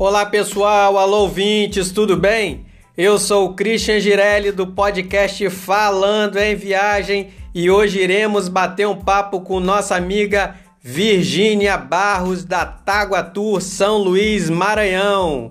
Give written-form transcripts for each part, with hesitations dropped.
Olá pessoal, alô ouvintes, tudo bem? Eu sou o Christian Girelli do podcast Falando em Viagem e hoje iremos bater um papo com nossa amiga Virgínia Barros da Taguatur, São Luís, Maranhão.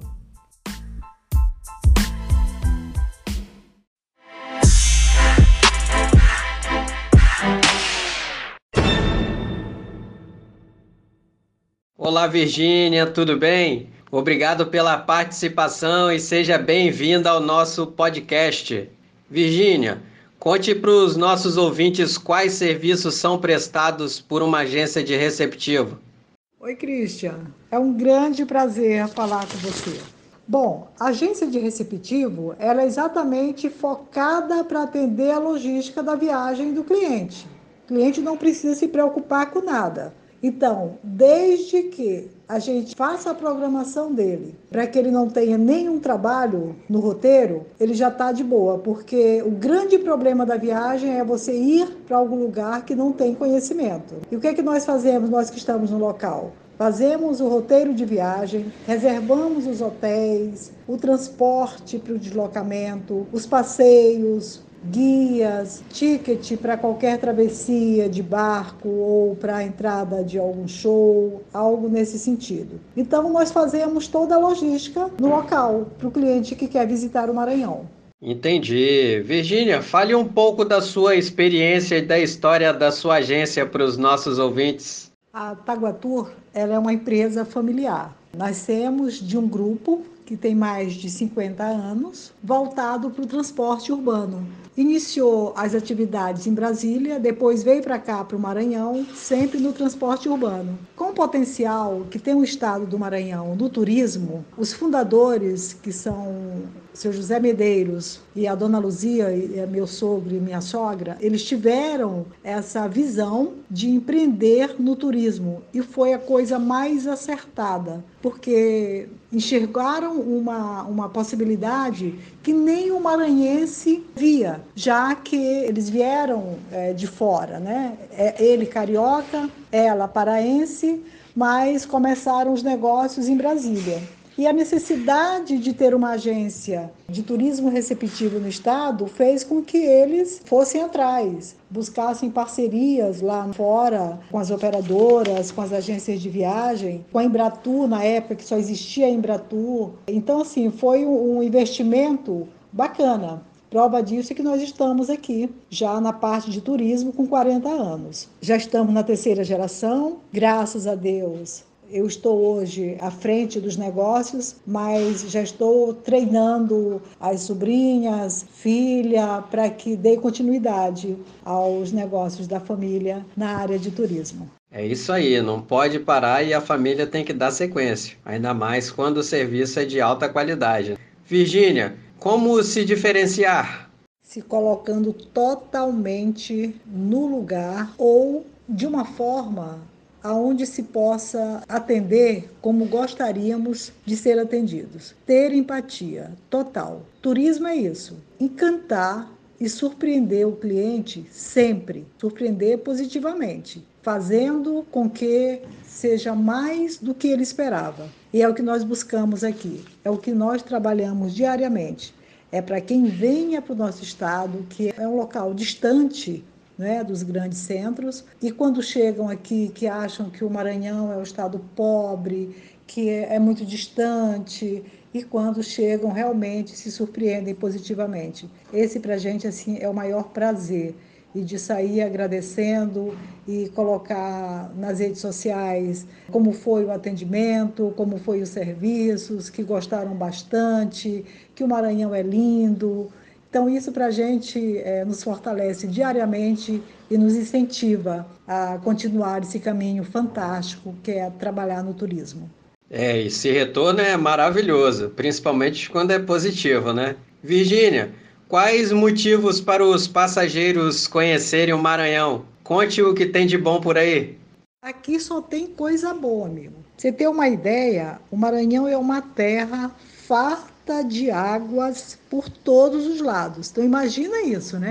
Olá Virgínia, tudo bem? Obrigado pela participação e seja bem-vinda ao nosso podcast. Virgínia, conte para os nossos ouvintes quais serviços são prestados por uma agência de receptivo. Oi, Christian. É um grande prazer falar com você. Bom, a agência de receptivo ela é exatamente focada para atender a logística da viagem do cliente. O cliente não precisa se preocupar com nada. Então, desde que a gente faça a programação dele, para que ele não tenha nenhum trabalho no roteiro, ele já está de boa, porque o grande problema da viagem é você ir para algum lugar que não tem conhecimento. E o que é que nós fazemos, nós que estamos no local? Fazemos o roteiro de viagem, reservamos os hotéis, o transporte para o deslocamento, os passeios, guias, ticket para qualquer travessia de barco ou para a entrada de algum show, algo nesse sentido. Então, nós fazemos toda a logística no local para o cliente que quer visitar o Maranhão. Entendi. Virgínia, fale um pouco da sua experiência e da história da sua agência para os nossos ouvintes. A Taguatur, ela é uma empresa familiar. Nascemos de um grupo que tem mais de 50 anos, voltado para o transporte urbano. Iniciou as atividades em Brasília, depois veio para cá, para o Maranhão, sempre no transporte urbano. Com o potencial que tem o estado do Maranhão no turismo, os fundadores, que são o seu José Medeiros e a dona Luzia, meu sogro e minha sogra, eles tiveram essa visão de empreender no turismo e foi a coisa mais acertada, porque enxergaram uma possibilidade que nem o maranhense via, já que eles vieram de fora, né? Ele carioca, ela paraense, mas começaram os negócios em Brasília. E a necessidade de ter uma agência de turismo receptivo no estado fez com que eles fossem atrás, buscassem parcerias lá fora com as operadoras, com as agências de viagem, com a Embratur, na época que só existia a Embratur. Então, assim, foi um investimento bacana. Prova disso é que nós estamos aqui, já na parte de turismo, com 40 anos. Já estamos na terceira geração, graças a Deus. Eu estou hoje à frente dos negócios, mas já estou treinando as sobrinhas, filha, para que dê continuidade aos negócios da família na área de turismo. É isso aí, não pode parar e a família tem que dar sequência, ainda mais quando o serviço é de alta qualidade. Virgínia, como se diferenciar? Se colocando totalmente no lugar ou de uma forma aonde se possa atender como gostaríamos de ser atendidos. Ter empatia total. Turismo é isso, encantar e surpreender o cliente sempre, surpreender positivamente, fazendo com que seja mais do que ele esperava. E é o que nós buscamos aqui, é o que nós trabalhamos diariamente. É para quem venha para o nosso estado, que é um local distante, né, dos grandes centros, e quando chegam aqui que acham que o Maranhão é um estado pobre, que é muito distante, e quando chegam realmente se surpreendem positivamente. Esse para a gente assim, é o maior prazer, e de sair agradecendo e colocar nas redes sociais como foi o atendimento, como foi os serviços, que gostaram bastante, que o Maranhão é lindo. Então, isso para a gente nos fortalece diariamente e nos incentiva a continuar esse caminho fantástico que é trabalhar no turismo. Esse retorno é maravilhoso, principalmente quando é positivo, né? Virgínia, quais motivos para os passageiros conhecerem o Maranhão? Conte o que tem de bom por aí. Aqui só tem coisa boa, amigo. Pra você ter uma ideia, o Maranhão é uma terra farta de águas por todos os lados. Então imagina isso, né?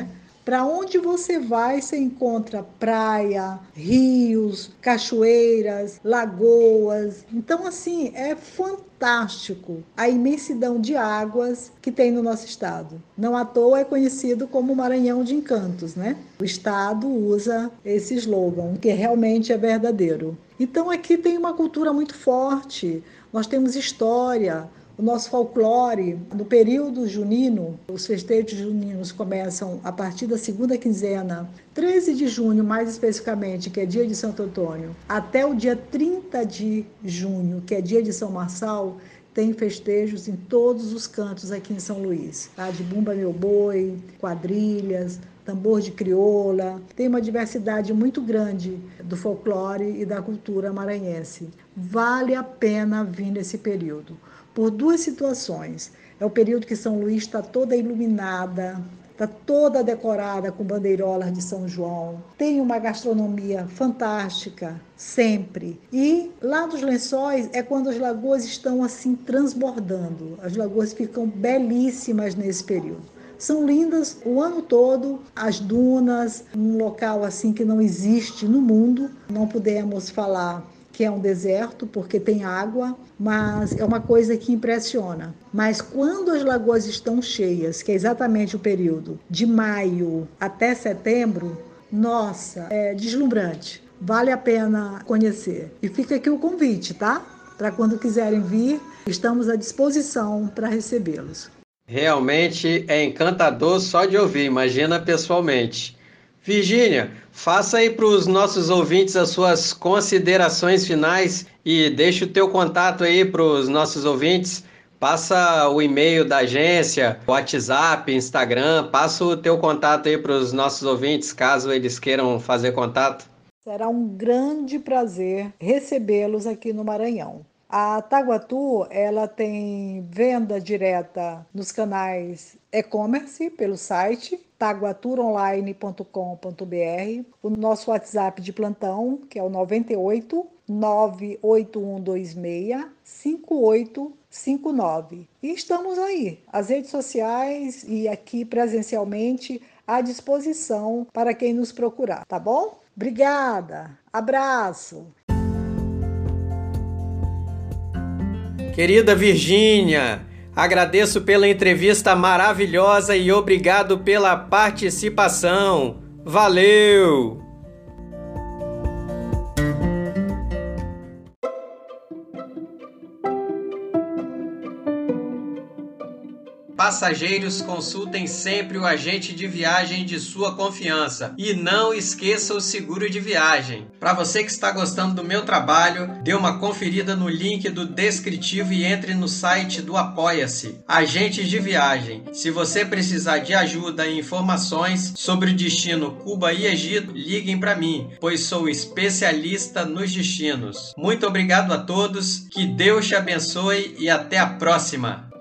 Para onde você vai, você encontra praia, rios, cachoeiras, lagoas. Então, assim, é fantástico a imensidão de águas que tem no nosso estado. Não à toa é conhecido como Maranhão de Encantos, né? O estado usa esse slogan, que realmente é verdadeiro. Então, aqui tem uma cultura muito forte, nós temos história. O nosso folclore, no período junino, os festejos juninos começam a partir da segunda quinzena, 13 de junho mais especificamente, que é dia de Santo Antônio, até o dia 30 de junho, que é dia de São Marçal, tem festejos em todos os cantos aqui em São Luís, tá? De bumba meu boi, quadrilhas, tambor de crioula, tem uma diversidade muito grande do folclore e da cultura maranhense. Vale a pena vir nesse período, por duas situações. É o período que São Luís está toda iluminada, está toda decorada com bandeirolas de São João, tem uma gastronomia fantástica, sempre. E lá nos Lençóis é quando as lagoas estão assim transbordando, as lagoas ficam belíssimas nesse período. São lindas o ano todo, as dunas, um local assim que não existe no mundo, não podemos falar que é um deserto, porque tem água, mas é uma coisa que impressiona. Mas quando as lagoas estão cheias, que é exatamente o período de maio até setembro, nossa, é deslumbrante. Vale a pena conhecer. E fica aqui o convite, tá? Para quando quiserem vir, estamos à disposição para recebê-los. Realmente é encantador só de ouvir, imagina pessoalmente. Virgínia, faça aí para os nossos ouvintes as suas considerações finais e deixa o teu contato aí para os nossos ouvintes. Passa o e-mail da agência, WhatsApp, Instagram, passa o teu contato aí para os nossos ouvintes, caso eles queiram fazer contato. Será um grande prazer recebê-los aqui no Maranhão. A Taguatu, ela tem venda direta nos canais e-commerce pelo site taguaturonline.com.br, o nosso WhatsApp de plantão, que é o 98 98126 5859. E estamos aí, as redes sociais e aqui presencialmente à disposição para quem nos procurar, tá bom? Obrigada, abraço. Querida Virgínia, agradeço pela entrevista maravilhosa e obrigado pela participação. Valeu! Passageiros, consultem sempre o agente de viagem de sua confiança e não esqueça o seguro de viagem. Para você que está gostando do meu trabalho, dê uma conferida no link do descritivo e entre no site do Apoia-se. Agentes de viagem. Se você precisar de ajuda e informações sobre o destino Cuba e Egito, liguem para mim, pois sou especialista nos destinos. Muito obrigado a todos, que Deus te abençoe e até a próxima!